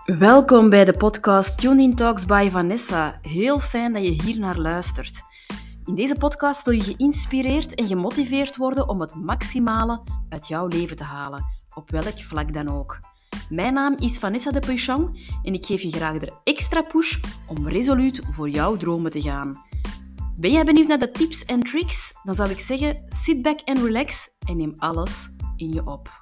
Welkom bij de podcast Tune-in Talks by Vanessa. Heel fijn dat je hier naar luistert. In deze podcast zul je geïnspireerd en gemotiveerd worden om het maximale uit jouw leven te halen, op welk vlak dan ook. Mijn naam is Vanessa de Puychong en ik geef je graag de extra push om resoluut voor jouw dromen te gaan. Ben jij benieuwd naar de tips en tricks? Dan zou ik zeggen, sit back and relax en neem alles in je op.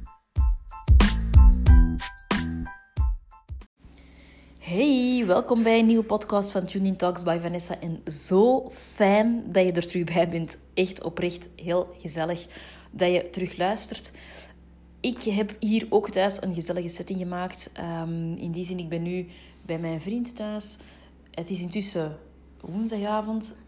Hey, welkom bij een nieuwe podcast van Tune-in Talks by Vanessa. En zo fijn dat je er terug bij bent. Echt oprecht heel gezellig dat je terug luistert. Ik heb hier ook thuis een gezellige setting gemaakt. In die zin, ik ben nu bij mijn vriend thuis. Het is intussen woensdagavond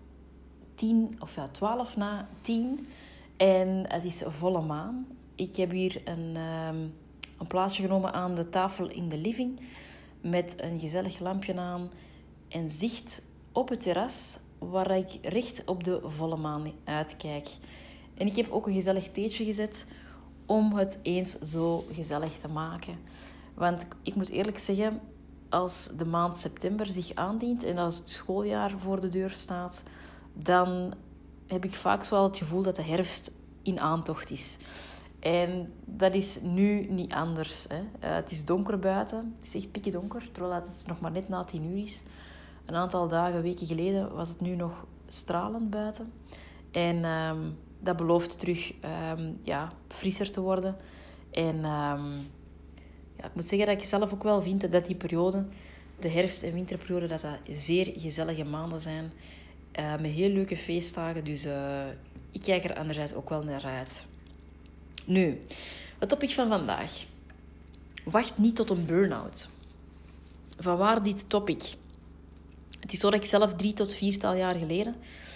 12 na 10. En het is volle maan. Ik heb hier een plaatsje genomen aan de tafel in de living, met een gezellig lampje aan en zicht op het terras waar ik recht op de volle maan uitkijk. En ik heb ook een gezellig theetje gezet om het eens zo gezellig te maken. Want ik moet eerlijk zeggen, als de maand september zich aandient en als het schooljaar voor de deur staat, dan heb ik vaak zo wel het gevoel dat de herfst in aantocht is. En dat is nu niet anders. Hè. Het is donker buiten. Het is echt pikdonker, terwijl het nog maar net na 10 uur is. Een aantal dagen, weken geleden, was het nu nog stralend buiten. En dat belooft terug frisser te worden. En ik moet zeggen dat ik zelf ook wel vind dat die periode, de herfst- en winterperiode, dat zeer gezellige maanden zijn. Met heel leuke feestdagen. Dus ik kijk er anderzijds ook wel naar uit. Nu, het topic van vandaag. Wacht niet tot een burn-out. Vanwaar dit topic? Het is zo dat ik zelf 3 tot 4 jaar geleden,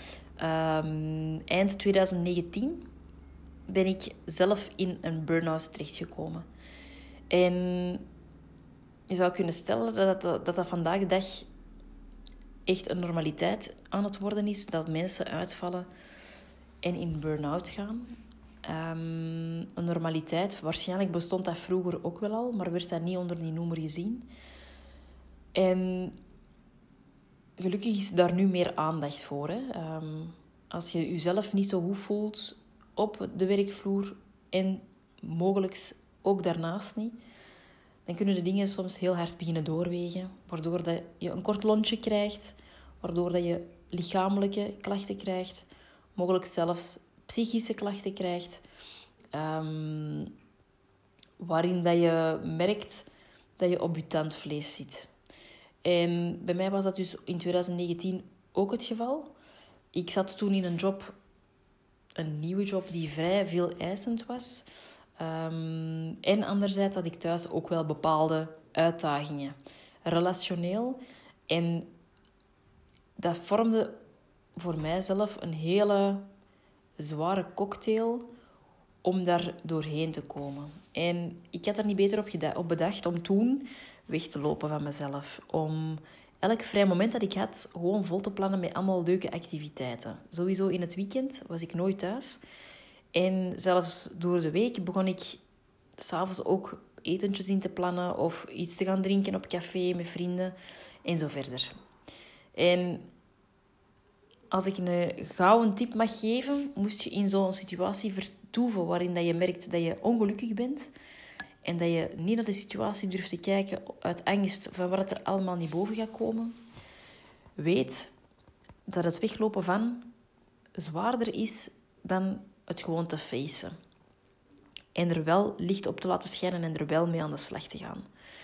eind 2019, ben ik zelf in een burn-out terechtgekomen. En je zou kunnen stellen dat vandaag de dag echt een normaliteit aan het worden is, dat mensen uitvallen en in burn-out gaan. Een normaliteit. Waarschijnlijk bestond dat vroeger ook wel al, maar werd dat niet onder die noemer gezien. En gelukkig is daar nu meer aandacht voor. Hè? Als je jezelf niet zo goed voelt op de werkvloer en mogelijk ook daarnaast niet, dan kunnen de dingen soms heel hard beginnen doorwegen, waardoor dat je een kort lontje krijgt, waardoor dat je lichamelijke klachten krijgt, mogelijk zelfs psychische klachten krijgt, waarin dat je merkt dat je op je tandvlees zit. En bij mij was dat dus in 2019 ook het geval. Ik zat toen in een nieuwe job die vrij veel eisend was. En anderzijds had ik thuis ook wel bepaalde uitdagingen, relationeel. En dat vormde voor mijzelf een hele zware cocktail om daar doorheen te komen. En ik had er niet beter op bedacht om toen weg te lopen van mezelf. Om elk vrij moment dat ik had gewoon vol te plannen met allemaal leuke activiteiten. Sowieso in het weekend was ik nooit thuis. En zelfs door de week begon ik 's avonds ook etentjes in te plannen of iets te gaan drinken op café met vrienden en zo verder. En als ik een gouden tip mag geven, moest je in zo'n situatie vertoeven waarin dat je merkt dat je ongelukkig bent en dat je niet naar de situatie durft te kijken uit angst van wat er allemaal niet boven gaat komen. Weet dat het weglopen van zwaarder is dan het gewoon te facen. En er wel licht op te laten schijnen en er wel mee aan de slag te gaan.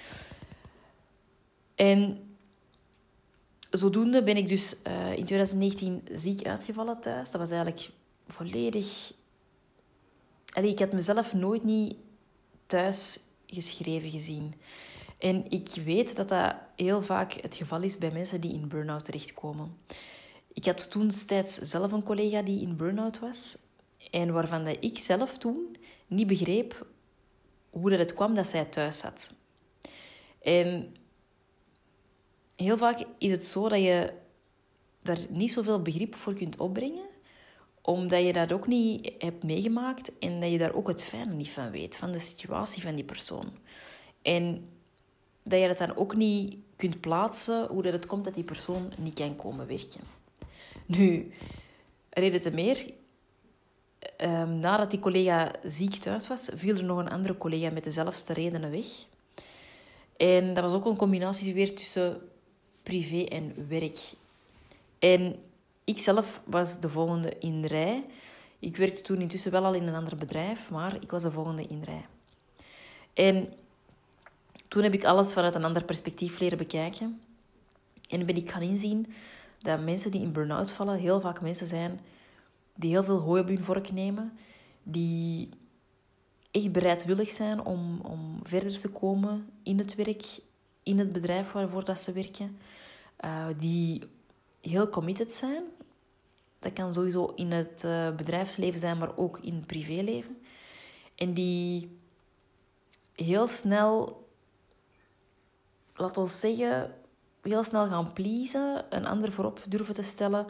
En zodoende ben ik dus in 2019 ziek uitgevallen thuis. Dat was eigenlijk volledig... ik had mezelf nooit niet thuis geschreven gezien. En ik weet dat dat heel vaak het geval is bij mensen die in burn-out terechtkomen. Ik had toen destijds zelf een collega die in burn-out was. En waarvan dat ik zelf toen niet begreep hoe dat het kwam dat zij thuis zat. En heel vaak is het zo dat je daar niet zoveel begrip voor kunt opbrengen, omdat je dat ook niet hebt meegemaakt en dat je daar ook het fijne niet van weet, van de situatie van die persoon. En dat je dat dan ook niet kunt plaatsen hoe dat het komt dat die persoon niet kan komen werken. Nu, reden te meer, nadat die collega ziek thuis was, viel er nog een andere collega met dezelfde redenen weg. En dat was ook een combinatie weer tussen privé en werk. En ik zelf was de volgende in rij. Ik werkte toen intussen wel al in een ander bedrijf, maar ik was de volgende in rij. En toen heb ik alles vanuit een ander perspectief leren bekijken. En ben ik gaan inzien dat mensen die in burn-out vallen heel vaak mensen zijn die heel veel hooi op hun vork nemen, die echt bereidwillig zijn om verder te komen in het werk, in het bedrijf waarvoor dat ze werken, die heel committed zijn. Dat kan sowieso in het bedrijfsleven zijn, maar ook in het privéleven. En die heel snel, laat ons zeggen, heel snel gaan pleasen, een ander voorop durven te stellen,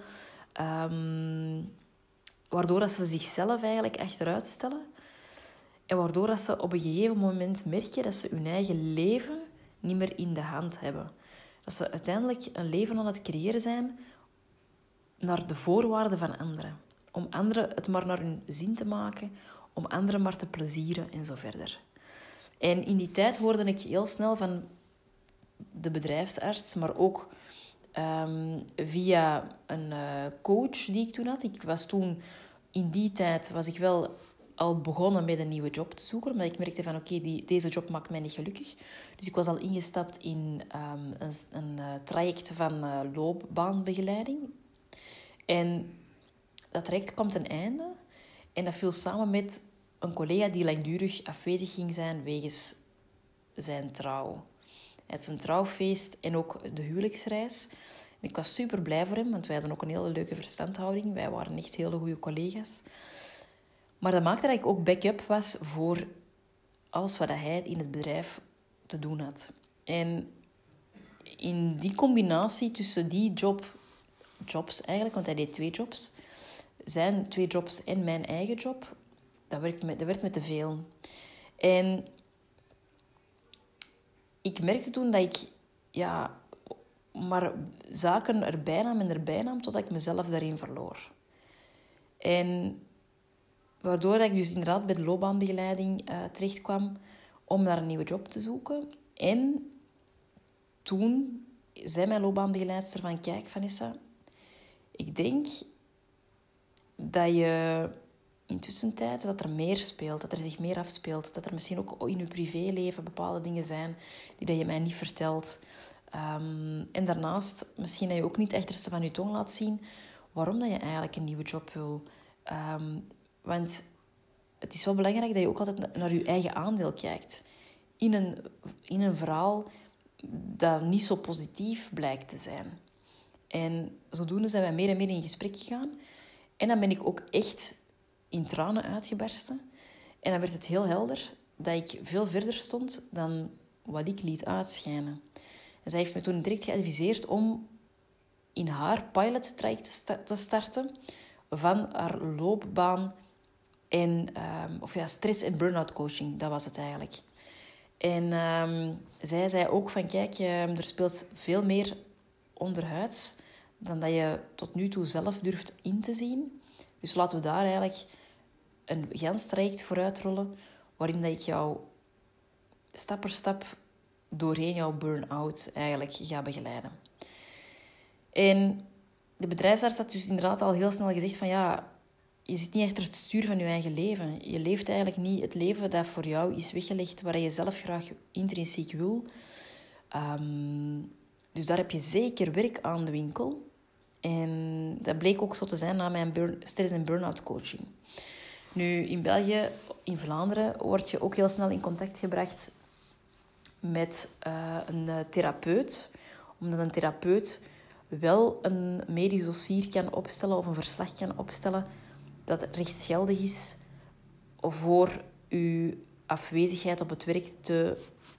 waardoor dat ze zichzelf eigenlijk achteruit stellen. En waardoor dat ze op een gegeven moment merken dat ze hun eigen leven niet meer in de hand hebben. Dat ze uiteindelijk een leven aan het creëren zijn naar de voorwaarden van anderen. Om anderen het maar naar hun zin te maken, om anderen maar te plezieren en zo verder. En in die tijd hoorde ik heel snel van de bedrijfsarts, maar ook via een coach die ik toen had. In die tijd was ik wel al begonnen met een nieuwe job te zoeken, maar ik merkte van deze job maakt mij niet gelukkig. Dus ik was al ingestapt in een traject van loopbaanbegeleiding. En dat traject kwam ten einde en dat viel samen met een collega die langdurig afwezig ging zijn wegens zijn trouw. Het zijn trouwfeest en ook de huwelijksreis. En ik was super blij voor hem, want wij hadden ook een hele leuke verstandhouding. Wij waren echt hele goede collega's. Maar dat maakte dat ik ook backup was voor alles wat hij in het bedrijf te doen had. En in die combinatie tussen die jobs eigenlijk, want hij deed 2 jobs, zijn 2 jobs en mijn eigen job, dat werd me te veel. En ik merkte toen dat ik maar zaken erbij nam totdat ik mezelf daarin verloor. En waardoor ik dus inderdaad bij de loopbaanbegeleiding terecht kwam om naar een nieuwe job te zoeken. En toen zei mijn loopbaanbegeleidster van, kijk Vanessa, ik denk dat je intussen dat er meer speelt, dat er zich meer afspeelt, dat er misschien ook in je privéleven bepaalde dingen zijn die dat je mij niet vertelt. En daarnaast misschien dat je ook niet het achterste van je tong laat zien waarom dat je eigenlijk een nieuwe job wil. Want het is wel belangrijk dat je ook altijd naar je eigen aandeel kijkt. In een verhaal dat niet zo positief blijkt te zijn. En zodoende zijn wij meer en meer in gesprek gegaan. En dan ben ik ook echt in tranen uitgebarsten. En dan werd het heel helder dat ik veel verder stond dan wat ik liet uitschijnen. En zij heeft me toen direct geadviseerd om in haar pilot-traject te starten van haar loopbaan en stress- en burn-out coaching. Dat was het eigenlijk. En zij zei ook van, kijk, er speelt veel meer onderhuids dan dat je tot nu toe zelf durft in te zien. Dus laten we daar eigenlijk een gans traject voor uitrollen, waarin dat ik jou stap per stap doorheen jouw burn-out eigenlijk ga begeleiden. En de bedrijfsarts had dus inderdaad al heel snel gezegd van, je zit niet achter het stuur van je eigen leven. Je leeft eigenlijk niet het leven dat voor jou is weggelegd, waar je zelf graag intrinsiek wil. Dus daar heb je zeker werk aan de winkel. En dat bleek ook zo te zijn na mijn stress- en burn-out coaching. Nu, in België, in Vlaanderen, word je ook heel snel in contact gebracht met een therapeut. Omdat een therapeut wel een medisch dossier kan opstellen of een verslag kan opstellen dat rechtsgeldig is voor uw afwezigheid op het werk te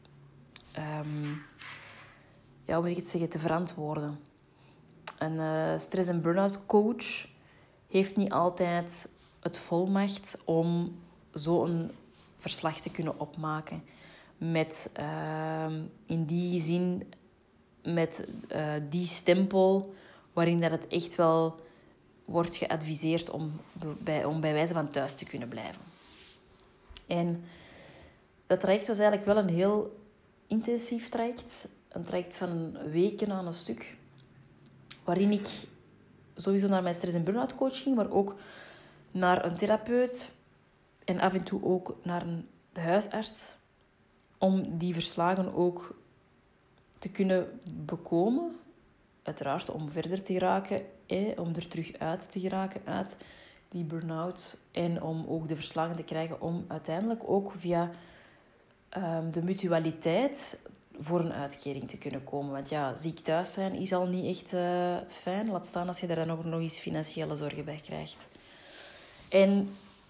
verantwoorden. Een stress- en burn-out coach heeft niet altijd het volmacht om zo'n verslag te kunnen opmaken. met in die zin met die stempel waarin dat het echt wel wordt geadviseerd om bij wijze van thuis te kunnen blijven. En dat traject was eigenlijk wel een heel intensief traject. Een traject van weken aan een stuk. Waarin ik sowieso naar mijn stress- en burn-out coach ging, maar ook naar een therapeut. En af en toe ook naar de huisarts. Om die verslagen ook te kunnen bekomen. Uiteraard om verder te geraken. Om er terug uit te geraken uit die burn-out. En om ook de verslagen te krijgen om uiteindelijk ook via de mutualiteit voor een uitkering te kunnen komen. Want ja, ziek thuis zijn is al niet echt fijn. Laat staan als je daar dan nog eens financiële zorgen bij krijgt. En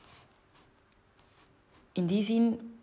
in die zin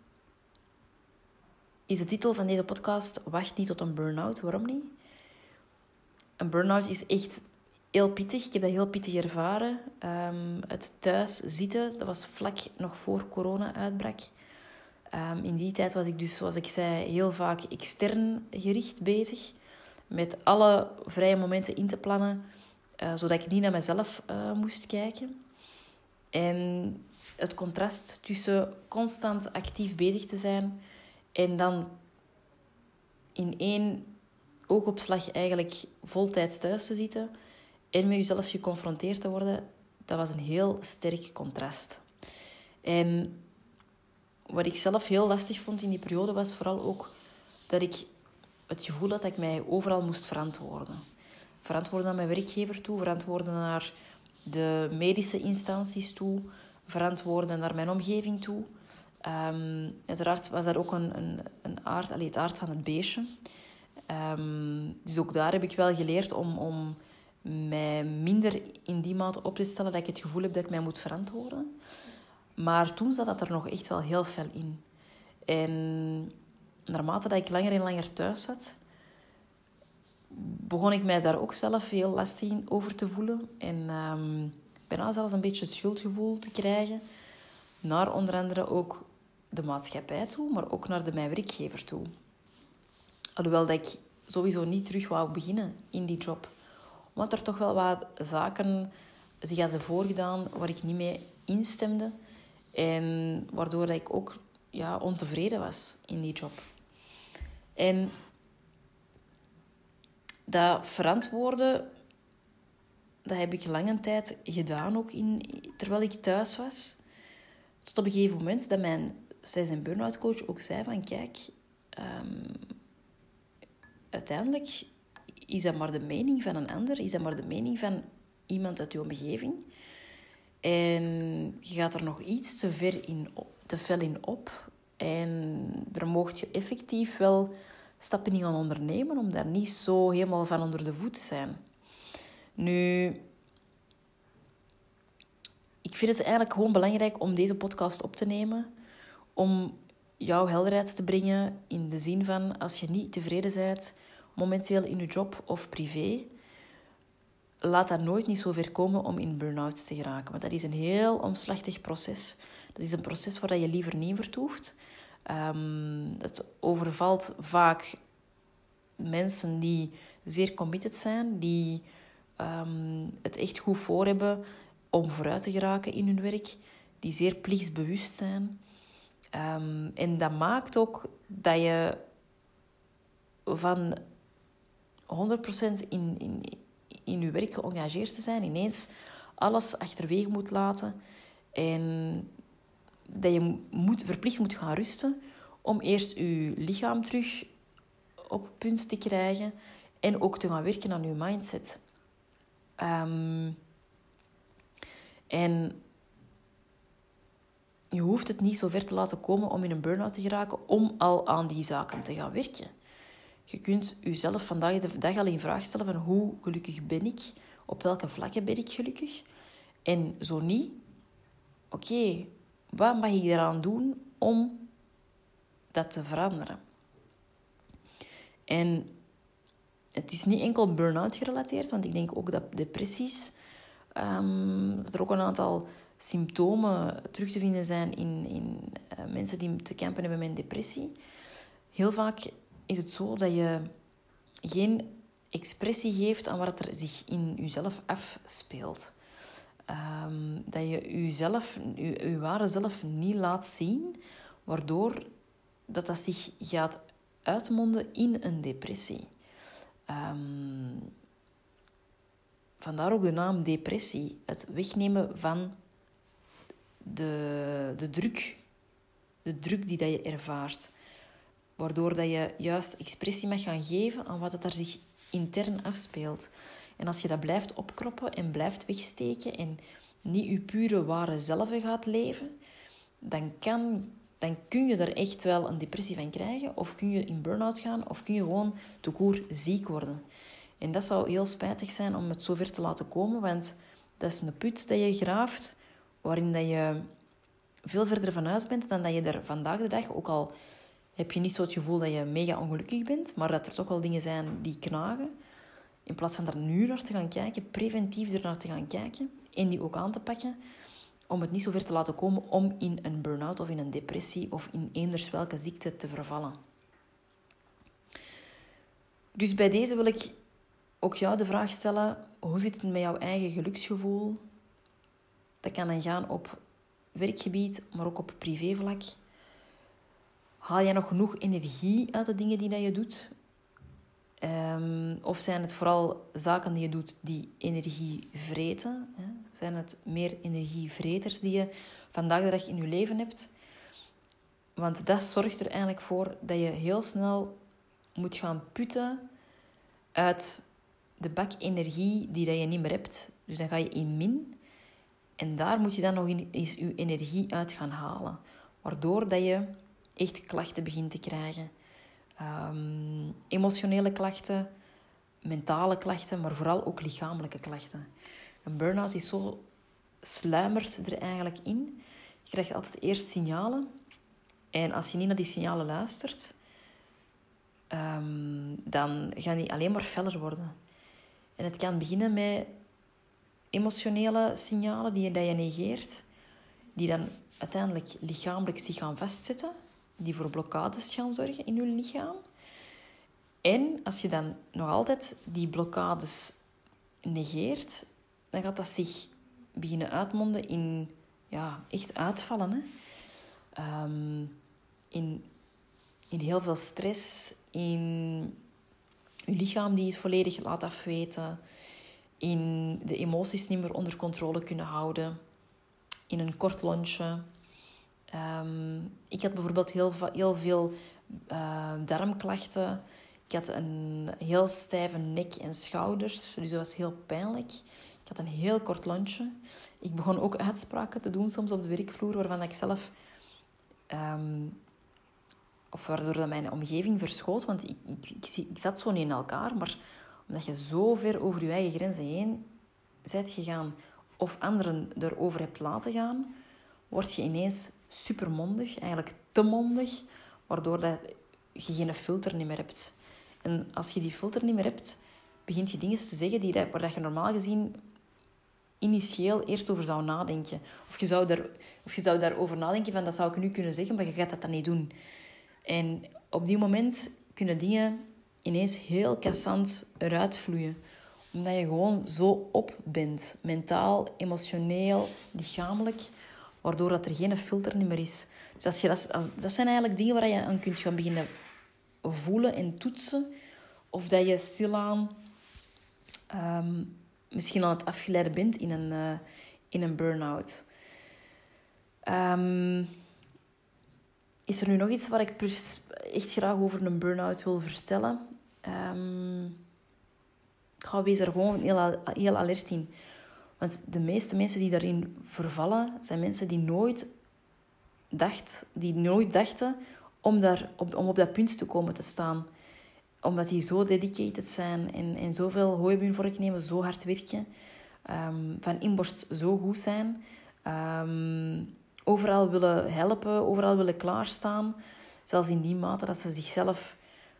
is de titel van deze podcast Wacht niet tot een burn-out. Waarom niet? Een burn-out is echt heel pittig. Ik heb dat heel pittig ervaren. Het thuis zitten, dat was vlak nog voor corona uitbrak. In die tijd was ik dus, zoals ik zei, heel vaak extern gericht bezig. Met alle vrije momenten in te plannen, zodat ik niet naar mezelf moest kijken. En het contrast tussen constant actief bezig te zijn en dan in één oogopslag eigenlijk voltijds thuis te zitten en met jezelf geconfronteerd te worden, dat was een heel sterk contrast. En wat ik zelf heel lastig vond in die periode was vooral ook dat ik het gevoel had dat ik mij overal moest verantwoorden. Verantwoorden naar mijn werkgever toe, verantwoorden naar de medische instanties toe, verantwoorden naar mijn omgeving toe. Uiteraard was dat ook het aard van het beestje. Dus ook daar heb ik wel geleerd om mij minder in die mate op te stellen dat ik het gevoel heb dat ik mij moet verantwoorden. Maar toen zat dat er nog echt wel heel fel in. En naarmate dat ik langer en langer thuis zat, begon ik mij daar ook zelf heel lastig over te voelen. En bijna zelfs een beetje schuldgevoel te krijgen. Naar onder andere ook de maatschappij toe, maar ook naar mijn werkgever toe. Alhoewel dat ik sowieso niet terug wou beginnen in die job. Omdat er toch wel wat zaken zich hadden voorgedaan waar ik niet mee instemde. En waardoor dat ik ook ontevreden was in die job. En dat verantwoorden, dat heb ik lange tijd gedaan, ook terwijl ik thuis was. Tot op een gegeven moment dat mijn stress- en burn-out coach ook zei van kijk, uiteindelijk is dat maar de mening van een ander, is dat maar de mening van iemand uit je omgeving. En je gaat er nog iets te fel in op. En daar mocht je effectief wel stappen in gaan ondernemen om daar niet zo helemaal van onder de voet te zijn. Nu, ik vind het eigenlijk gewoon belangrijk om deze podcast op te nemen. Om jouw helderheid te brengen in de zin van als je niet tevreden bent momenteel in je job of privé, laat dat nooit niet zo ver komen om in burn-out te geraken. Want dat is een heel omslachtig proces. Dat is een proces waar je liever niet vertoeft. Het overvalt vaak mensen die zeer committed zijn, die het echt goed voor hebben om vooruit te geraken in hun werk, die zeer plichtsbewust zijn. En dat maakt ook dat je van 100% in je werk geëngageerd te zijn, ineens alles achterwege moet laten en dat je verplicht moet gaan rusten om eerst je lichaam terug op punt te krijgen en ook te gaan werken aan je mindset. En je hoeft het niet zo ver te laten komen om in een burn-out te geraken om al aan die zaken te gaan werken. Je kunt jezelf vandaag de dag al in vraag stellen van hoe gelukkig ben ik? Op welke vlakken ben ik gelukkig? En zo niet, oké, wat mag ik eraan doen om dat te veranderen? En het is niet enkel burn-out gerelateerd, want ik denk ook dat depressies, dat er ook een aantal symptomen terug te vinden zijn in mensen die te kampen hebben met depressie. Heel vaak is het zo dat je geen expressie geeft aan wat er zich in jezelf afspeelt. Dat je jezelf, je ware zelf niet laat zien, waardoor dat zich gaat uitmonden in een depressie. Vandaar ook de naam depressie. Het wegnemen van de druk. De druk die dat je ervaart. Waardoor dat je juist expressie mag gaan geven aan wat er zich intern afspeelt. En als je dat blijft opkroppen en blijft wegsteken en niet je pure ware zelf gaat leven, dan kun je er echt wel een depressie van krijgen, of kun je in burn-out gaan, of kun je gewoon tout court ziek worden. En dat zou heel spijtig zijn om het zover te laten komen, want dat is een put dat je graaft, waarin dat je veel verder van huis bent dan dat je er vandaag de dag, ook al heb je niet zo het gevoel dat je mega ongelukkig bent, maar dat er toch wel dingen zijn die knagen. In plaats van daar nu naar te gaan kijken, preventief er naar te gaan kijken en die ook aan te pakken, om het niet zo ver te laten komen om in een burn-out of in een depressie of in eenders welke ziekte te vervallen. Dus bij deze wil ik ook jou de vraag stellen, hoe zit het met jouw eigen geluksgevoel? Dat kan dan gaan op werkgebied, maar ook op privévlak. Haal jij nog genoeg energie uit de dingen die dat je doet? Of zijn het vooral zaken die je doet die energie vreten? Hè? Zijn het meer energievreters die je vandaag de dag in je leven hebt? Want dat zorgt er eigenlijk voor dat je heel snel moet gaan putten uit de bak energie die dat je niet meer hebt. Dus dan ga je in min. En daar moet je dan nog eens je energie uit gaan halen. Waardoor dat je echt klachten begint te krijgen. Emotionele klachten, mentale klachten, maar vooral ook lichamelijke klachten. Een burn-out is zo sluimert er eigenlijk in. Je krijgt altijd eerst signalen. En als je niet naar die signalen luistert, dan gaan die alleen maar feller worden. En het kan beginnen met emotionele signalen die je negeert, die dan uiteindelijk lichamelijk zich gaan vastzetten, die voor blokkades gaan zorgen in je lichaam. En als je dan nog altijd die blokkades negeert, dan gaat dat zich beginnen uitmonden in echt uitvallen. Hè? In heel veel stress, in je lichaam die het volledig laat afweten, in de emoties niet meer onder controle kunnen houden, in een kort lunchje. Ik had bijvoorbeeld heel veel darmklachten. Ik had een heel stijve nek en schouders, dus dat was heel pijnlijk. Ik had een heel kort lunchje. Ik begon ook uitspraken te doen soms op de werkvloer, waarvan ik zelf... of waardoor dat mijn omgeving verschoot, want ik zat zo niet in elkaar, maar omdat je zo ver over je eigen grenzen heen bent gegaan, of anderen erover hebt laten gaan, word je ineens supermondig, eigenlijk te mondig, waardoor dat je geen filter meer hebt. En als je die filter niet meer hebt, begint je dingen te zeggen waar dat je normaal gezien initieel eerst over zou nadenken. Of je zou daarover nadenken van, dat zou ik nu kunnen zeggen, maar je gaat dat dan niet doen. En op die moment kunnen dingen ineens heel cassant eruit vloeien. Omdat je gewoon zo op bent. Mentaal, emotioneel, lichamelijk. Waardoor dat er geen filter meer is. Dus dat zijn eigenlijk dingen waar je aan kunt gaan beginnen voelen en toetsen. Of dat je stilaan misschien aan het afgeleiden bent in een burn-out. Is er nu nog iets waar ik echt graag over een burn-out wil vertellen? Wees er gewoon heel alert in. Want de meeste mensen die daarin vervallen, zijn mensen die nooit dachten om op dat punt te komen te staan. Omdat die zo dedicated zijn en zoveel hooi op hun vork nemen, zo hard werken, van inborst zo goed zijn, overal willen helpen, overal willen klaarstaan. Zelfs in die mate dat ze zichzelf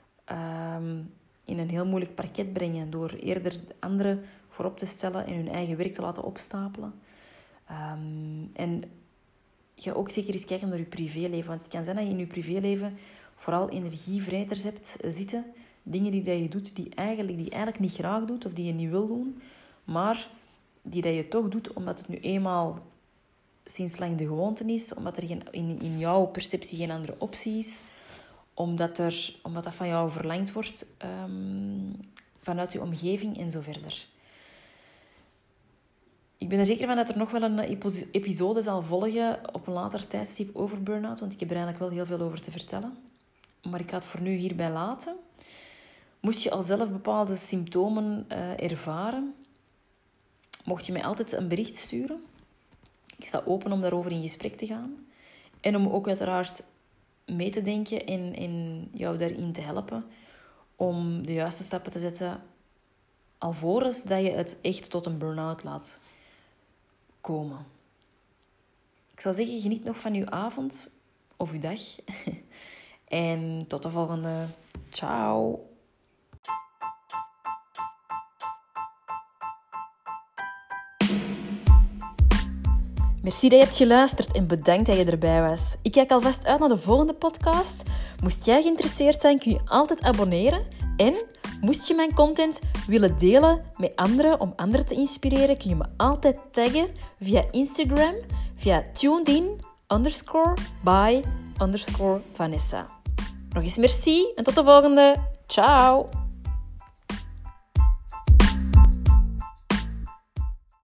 in een heel moeilijk parket brengen door eerder anderen voorop te stellen en hun eigen werk te laten opstapelen. En ga ook zeker eens kijken naar je privéleven. Want het kan zijn dat je in je privéleven vooral energievreters hebt zitten. Dingen die dat je doet die eigenlijk niet graag doet of die je niet wil doen. Maar die dat je toch doet omdat het nu eenmaal sinds lang de gewoonte is. Omdat er in jouw perceptie geen andere optie is. Omdat dat van jou verlangd wordt vanuit je omgeving en zo verder. Ik ben er zeker van dat er nog wel een episode zal volgen op een later tijdstip over burn-out. Want ik heb er eigenlijk wel heel veel over te vertellen. Maar ik ga het voor nu hierbij laten. Moest je al zelf bepaalde symptomen ervaren, mocht je mij altijd een bericht sturen. Ik sta open om daarover in gesprek te gaan. En om ook uiteraard mee te denken en jou daarin te helpen om de juiste stappen te zetten alvorens dat je het echt tot een burn-out laat komen. Ik zou zeggen, geniet nog van uw avond of uw dag. En tot de volgende. Ciao! Merci dat je hebt geluisterd en bedankt dat je erbij was. Ik kijk alvast uit naar de volgende podcast. Moest jij geïnteresseerd zijn, kun je altijd abonneren. En moest je mijn content willen delen met anderen, om anderen te inspireren, kun je me altijd taggen via Instagram, via tunedin_by_Vanessa. Nog eens merci en tot de volgende. Ciao!